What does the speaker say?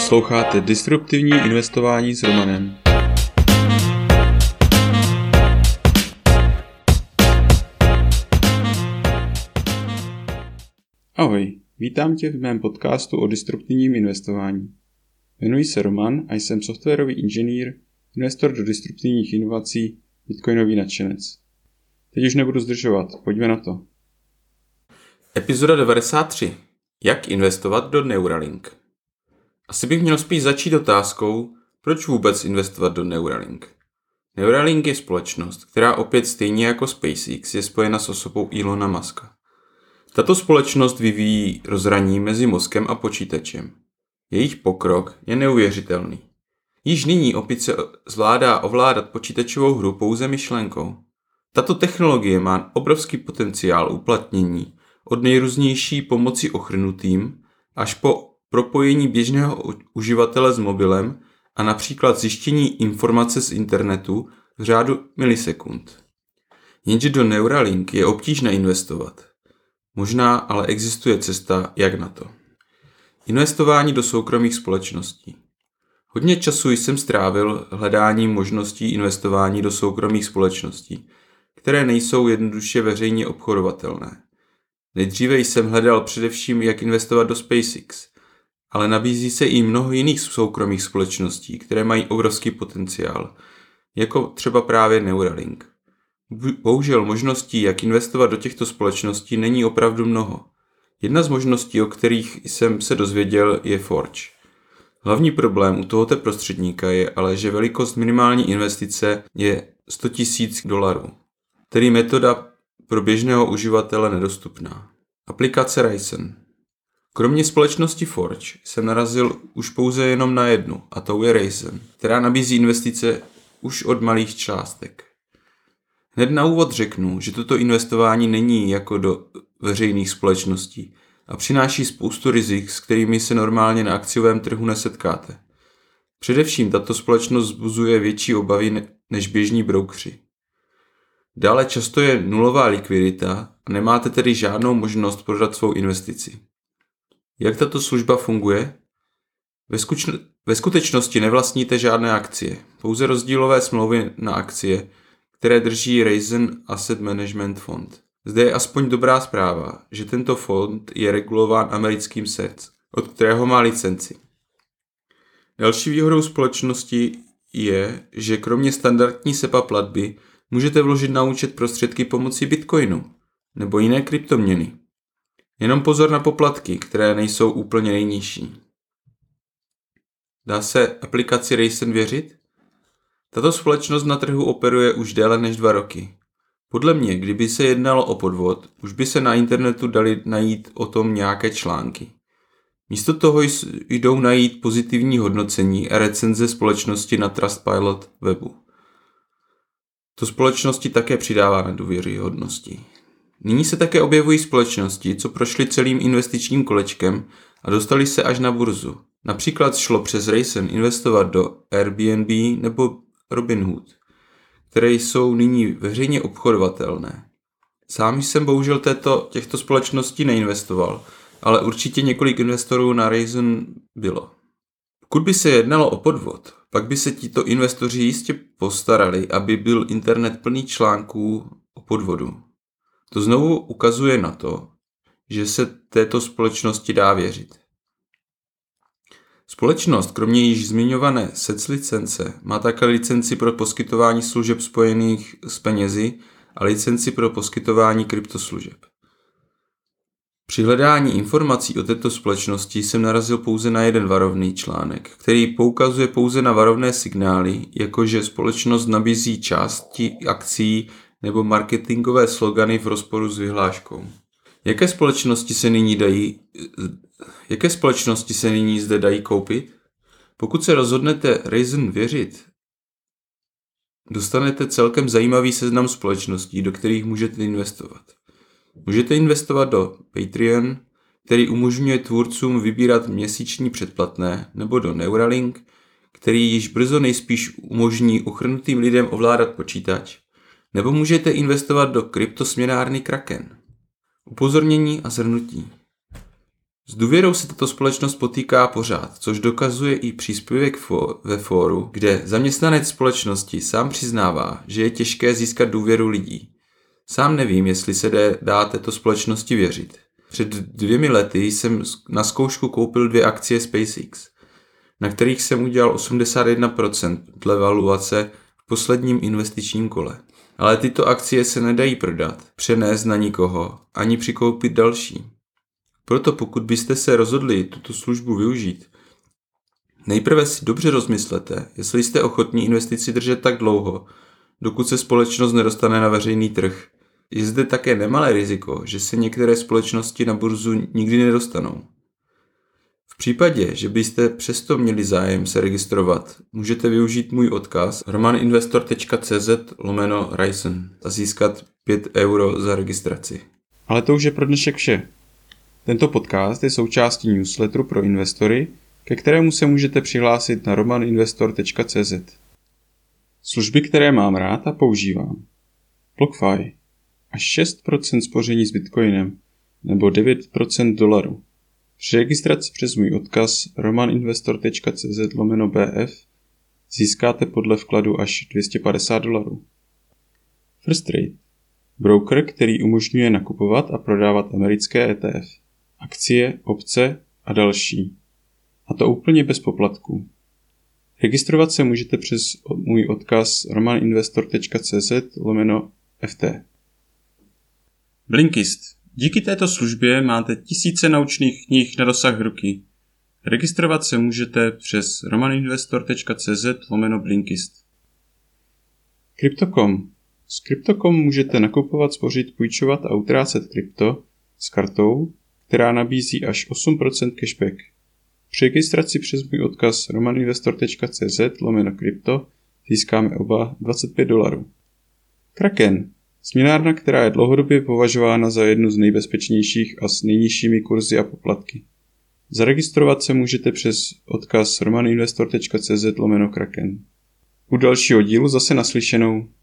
Posloucháte Disruptivní investování s Romanem. Ahoj, vítám tě v mém podcastu o disruptivním investování. Jmenuji se Roman a jsem softwarový inženýr, investor do disruptivních inovací, bitcoinový nadšenec. Teď už nebudu zdržovat, pojďme na to. Epizoda 93. Jak investovat do Neuralink? Asi bych měl spíš začít otázkou, proč vůbec investovat do Neuralink. Neuralink je společnost, která opět stejně jako SpaceX je spojena s osobou Elona Muska. Tato společnost vyvíjí rozhraní mezi mozkem a počítačem. Jejich pokrok je neuvěřitelný. Již nyní opice zvládá ovládat počítačovou hru pouze myšlenkou. Tato technologie má obrovský potenciál uplatnění od nejrůznější pomoci ochrnutým až po propojení běžného uživatele s mobilem a například zjištění informace z internetu v řádu milisekund. Jenže do Neuralink je obtížné investovat. Možná ale existuje cesta, jak na to. Investování do soukromých společností. Hodně času jsem strávil hledáním možností investování do soukromých společností, které nejsou jednoduše veřejně obchodovatelné. Nejdříve jsem hledal především, jak investovat do SpaceX, ale nabízí se i mnoho jiných soukromých společností, které mají obrovský potenciál, jako třeba právě Neuralink. Bohužel možností, jak investovat do těchto společností, není opravdu mnoho. Jedna z možností, o kterých jsem se dozvěděl, je Forge. Hlavní problém u tohoto prostředníka je ale, že velikost minimální investice je $100,000, tedy metoda pro běžného uživatele nedostupná. Aplikace Raizen. Kromě společnosti Forge jsem narazil už pouze jenom na jednu, a to je Raizen, která nabízí investice už od malých částek. Hned na úvod řeknu, že toto investování není jako do veřejných společností a přináší spoustu rizik, s kterými se normálně na akciovém trhu nesetkáte. Především tato společnost vzbuzuje větší obavy než běžní broukři. Dále často je nulová likvidita a nemáte tedy žádnou možnost prodat svou investici. Jak tato služba funguje? Ve skutečnosti nevlastníte žádné akcie, pouze rozdílové smlouvy na akcie, které drží Raizen Asset Management Fund. Zde je aspoň dobrá zpráva, že tento fond je regulován americkým SEC, od kterého má licenci. Další výhodou společnosti je, že kromě standardní SEPA platby můžete vložit na účet prostředky pomocí Bitcoinu nebo jiné kryptoměny. Jenom pozor na poplatky, které nejsou úplně nejnižší. Dá se aplikaci Raizen věřit? Tato společnost na trhu operuje už déle než 2 roky. Podle mě, kdyby se jednalo o podvod, už by se na internetu dali najít o tom nějaké články. Místo toho jdou najít pozitivní hodnocení a recenze společnosti na Trustpilot webu. To společnosti také přidává na důvěryhodnosti. Nyní se také objevují společnosti, co prošly celým investičním kolečkem a dostali se až na burzu. Například šlo přes Raizen investovat do Airbnb nebo Robinhood, které jsou nyní veřejně obchodovatelné. Sám jsem bohužel těchto společností neinvestoval, ale určitě několik investorů na Raizen bylo. Pokud by se jednalo o podvod, pak by se tito investoři jistě postarali, aby byl internet plný článků o podvodu. To znovu ukazuje na to, že se této společnosti dá věřit. Společnost, kromě již zmiňované SEC licence, má také licenci pro poskytování služeb spojených s penězi a licenci pro poskytování kryptoslužeb. Při hledání informací o této společnosti jsem narazil pouze na jeden varovný článek, který poukazuje pouze na varovné signály, jakože společnost nabízí části akcií nebo marketingové slogany v rozporu s vyhláškou. Jaké společnosti se nyní zde dají koupit? Pokud se rozhodnete Raizen věřit, dostanete celkem zajímavý seznam společností, do kterých můžete investovat. Můžete investovat do Patreon, který umožňuje tvůrcům vybírat měsíční předplatné, nebo do Neuralink, který již brzo nejspíš umožní ochrnutým lidem ovládat počítač, nebo můžete investovat do kryptosměnárny Kraken. Upozornění a shrnutí. S důvěrou se tato společnost potýká pořád, což dokazuje i příspěvek ve fóru, kde zaměstnanec společnosti sám přiznává, že je těžké získat důvěru lidí. Sám nevím, jestli se dá této společnosti věřit. Před 2 lety jsem na zkoušku koupil 2 akcie SpaceX, na kterých jsem udělal 81% dle valuace v posledním investičním kole. Ale tyto akcie se nedají prodat, přenést na nikoho, ani přikoupit další. Proto pokud byste se rozhodli tuto službu využít, nejprve si dobře rozmyslete, jestli jste ochotní investici držet tak dlouho, dokud se společnost nedostane na veřejný trh. Je zde také nemalé riziko, že se některé společnosti na burzu nikdy nedostanou. V případě, že byste přesto měli zájem se registrovat, můžete využít můj odkaz romaninvestor.cz/Ryzen a získat 5 € za registraci. Ale to už je pro dnešek vše. Tento podcast je součástí newsletteru pro investory, ke kterému se můžete přihlásit na romaninvestor.cz. Služby, které mám rád a používám. BlockFi. Až 6% spoření s Bitcoinem nebo 9% dolarů. Při registraci přes můj odkaz romaninvestor.cz/bf získáte podle vkladu až $250. First Trade. Broker, který umožňuje nakupovat a prodávat americké ETF, akcie, opce a další. A to úplně bez poplatků. Registrovat se můžete přes můj odkaz romaninvestor.cz/ft. Blinkist. Díky této službě máte tisíce naučných knih na dosah ruky. Registrovat se můžete přes romaninvestor.cz/blinkist. Crypto.com. S Crypto.com můžete nakupovat, spořit, půjčovat a utrácet krypto s kartou, která nabízí až 8% cashback. Při registraci přes můj odkaz romaninvestor.cz/crypto získáme oba $25. Kraken. Směnárna, která je dlouhodobě považována za jednu z nejbezpečnějších a s nejnižšími kurzy a poplatky. Zaregistrovat se můžete přes odkaz romaninvestor.cz/kraken. U dalšího dílu zase naslyšenou.